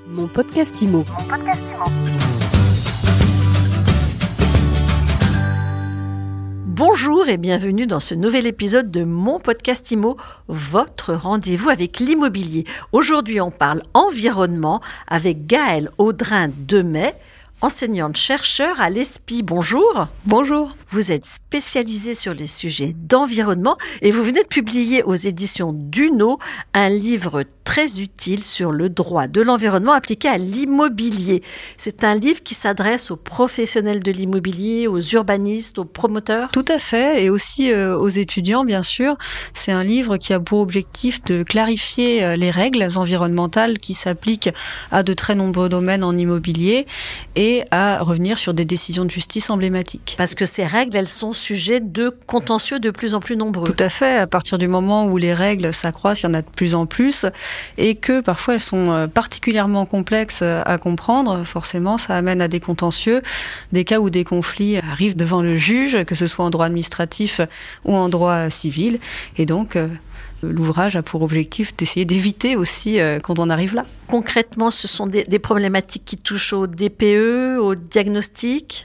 Mon podcast IMO. Bonjour et bienvenue dans ce nouvel épisode de Mon podcast IMO, votre rendez-vous avec l'immobilier. Aujourd'hui, on parle environnement avec Gaëlle Audrin-Demey, enseignante-chercheur à l'ESPI. Bonjour. Bonjour. Vous êtes spécialisée sur les sujets d'environnement et vous venez de publier aux éditions Duno un livre très utile sur le droit de l'environnement appliqué à l'immobilier. C'est un livre qui s'adresse aux professionnels de l'immobilier, aux urbanistes, aux promoteurs. Tout à fait, et aussi aux étudiants, bien sûr. C'est un livre qui a pour objectif de clarifier les règles environnementales qui s'appliquent à de très nombreux domaines en immobilier et à revenir sur des décisions de justice emblématiques. Parce que ces règles, elles sont sujets de contentieux de plus en plus nombreux. Tout à fait, à partir du moment où les règles s'accroissent, il y en a de plus en plus, et que parfois elles sont particulièrement complexes à comprendre, forcément ça amène à des contentieux, des cas où des conflits arrivent devant le juge, que ce soit en droit administratif ou en droit civil, et donc l'ouvrage a pour objectif d'essayer d'éviter aussi quand on arrive là. Concrètement, ce sont des problématiques qui touchent au DPE, au diagnostic ?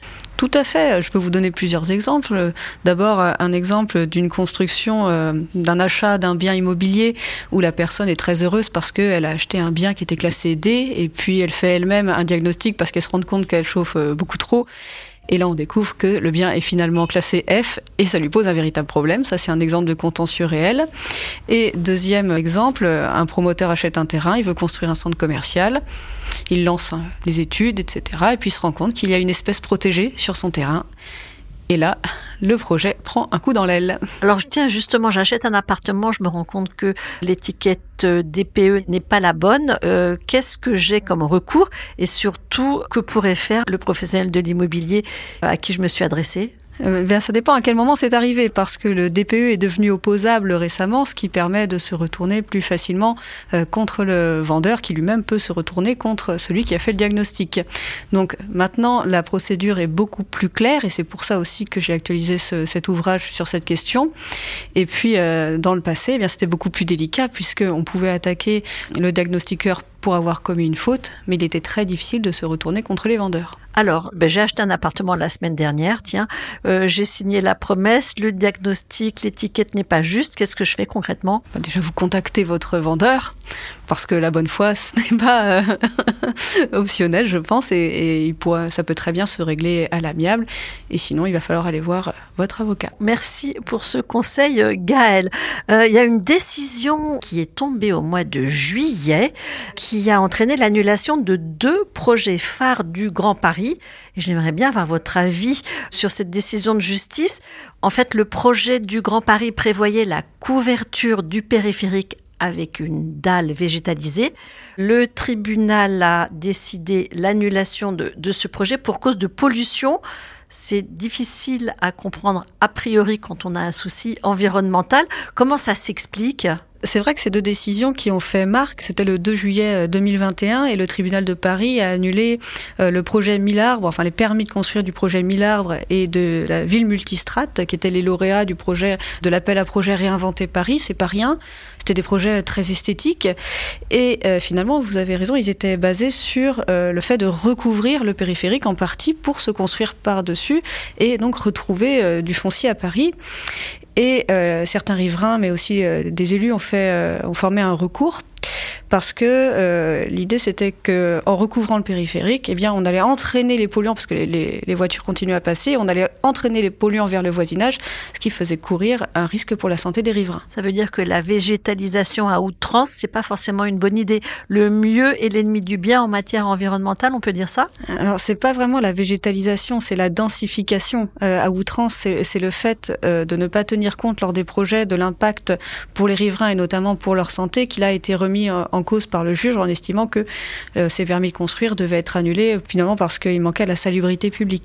Tout à fait. Je peux vous donner plusieurs exemples. D'abord, un exemple d'une construction, d'un achat d'un bien immobilier où la personne est très heureuse parce qu'elle a acheté un bien qui était classé D et puis elle fait elle-même un diagnostic parce qu'elle se rend compte qu'elle chauffe beaucoup trop. Et là, on découvre que le bien est finalement classé F et ça lui pose un véritable problème. Ça, c'est un exemple de contentieux réel. Et deuxième exemple, un promoteur achète un terrain, il veut construire un centre commercial. Il lance les études, etc. Et puis il se rend compte qu'il y a une espèce protégée sur son terrain. Et là, le projet prend un coup dans l'aile. Alors, tiens, justement, j'achète un appartement, je me rends compte que l'étiquette DPE n'est pas la bonne. Qu'est-ce que j'ai comme recours? Et surtout, que pourrait faire le professionnel de l'immobilier à qui je me suis adressée? Ça dépend à quel moment c'est arrivé, parce que le DPE est devenu opposable récemment, ce qui permet de se retourner plus facilement contre le vendeur, qui lui-même peut se retourner contre celui qui a fait le diagnostic. Donc maintenant, la procédure est beaucoup plus claire, et c'est pour ça aussi que j'ai actualisé cet ouvrage sur cette question. Et puis, dans le passé, c'était beaucoup plus délicat, puisqu'on pouvait attaquer le diagnostiqueur pour avoir commis une faute, mais il était très difficile de se retourner contre les vendeurs. Alors, j'ai acheté un appartement la semaine dernière, j'ai signé la promesse, le diagnostic, l'étiquette n'est pas juste, qu'est-ce que je fais concrètement? Déjà, vous contactez votre vendeur, parce que la bonne foi, ce n'est pas optionnel, je pense, et ça peut très bien se régler à l'amiable, et sinon, il va falloir aller voir votre avocat. Merci pour ce conseil, Gaëlle. Il y a une décision qui est tombée au mois de juillet, qui a entraîné l'annulation de 2 projets phares du Grand Paris. Et j'aimerais bien avoir votre avis sur cette décision de justice. En fait, le projet du Grand Paris prévoyait la couverture du périphérique avec une dalle végétalisée. Le tribunal a décidé l'annulation de ce projet pour cause de pollution. C'est difficile à comprendre a priori quand on a un souci environnemental. Comment ça s'explique ? C'est vrai que ces 2 décisions qui ont fait marque, c'était le 2 juillet 2021 et le tribunal de Paris a annulé le projet 1000 arbres, enfin les permis de construire du projet 1000 arbres et de la ville multistrate qui étaient les lauréats du projet de l'appel à projet Réinventer Paris, c'est pas rien. C'était des projets très esthétiques et finalement, vous avez raison, ils étaient basés sur le fait de recouvrir le périphérique en partie pour se construire par-dessus et donc retrouver du foncier à Paris. Et certains riverains, mais aussi des élus ont formé un recours parce que l'idée c'était qu'en recouvrant le périphérique, on allait entraîner les polluants, parce que les voitures continuaient à passer, on allait entraîner les polluants vers le voisinage, ce qui faisait courir un risque pour la santé des riverains. Ça veut dire que la végétalisation à outrance, c'est pas forcément une bonne idée. Le mieux est l'ennemi du bien en matière environnementale, on peut dire ça? Alors c'est pas vraiment la végétalisation, c'est la densification. À outrance, c'est le fait de ne pas tenir compte lors des projets de l'impact pour les riverains et notamment pour leur santé, qui a été remis en cause par le juge en estimant que ces permis de construire devaient être annulés finalement parce qu'il manquait à la salubrité publique.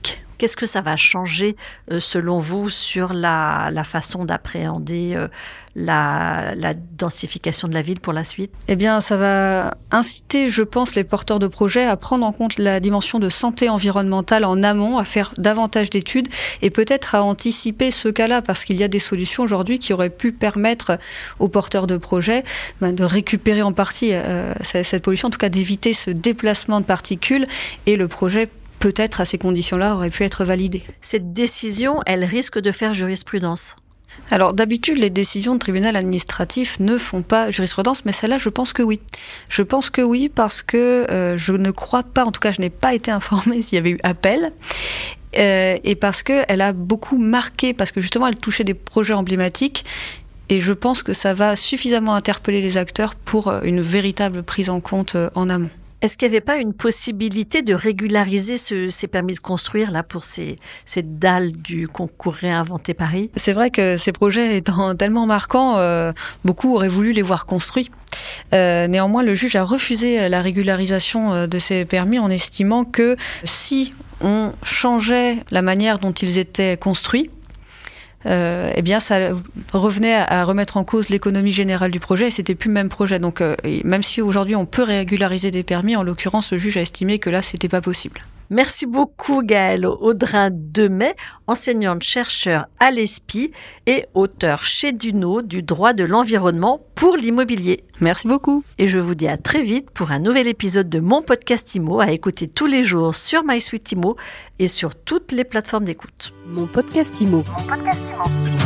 Qu'est-ce que ça va changer, selon vous, sur la façon d'appréhender la densification de la ville pour la suite? Eh bien, ça va inciter, je pense, les porteurs de projets à prendre en compte la dimension de santé environnementale en amont, à faire davantage d'études et peut-être à anticiper ce cas-là, parce qu'il y a des solutions aujourd'hui qui auraient pu permettre aux porteurs de projets de récupérer en partie cette pollution, en tout cas d'éviter ce déplacement de particules, et le projet peut-être à ces conditions-là aurait pu être validé. Cette décision, elle risque de faire jurisprudence. Alors d'habitude, les décisions de tribunal administratif ne font pas jurisprudence, mais celle-là, je pense que oui. Je pense que oui parce que je ne crois pas, en tout cas je n'ai pas été informée s'il y avait eu appel, et parce qu'elle a beaucoup marqué, parce que justement elle touchait des projets emblématiques, et je pense que ça va suffisamment interpeller les acteurs pour une véritable prise en compte en amont. Est-ce qu'il n'y avait pas une possibilité de régulariser ces permis de construire là pour ces dalles du concours Réinventer Paris? C'est vrai que ces projets étant tellement marquants, beaucoup auraient voulu les voir construits. Néanmoins, le juge a refusé la régularisation de ces permis en estimant que si on changeait la manière dont ils étaient construits, eh bien, ça revenait à remettre en cause l'économie générale du projet et c'était plus le même projet. Donc, même si aujourd'hui on peut régulariser des permis, en l'occurrence, le juge a estimé que là, c'était pas possible. Merci beaucoup Gaëlle Audrin-Demey, enseignante-chercheur à l'ESPI et auteure chez Duno du droit de l'environnement pour l'immobilier. Merci beaucoup. Et je vous dis à très vite pour un nouvel épisode de mon podcast IMO à écouter tous les jours sur MySuite IMO et sur toutes les plateformes d'écoute. Mon podcast IMO.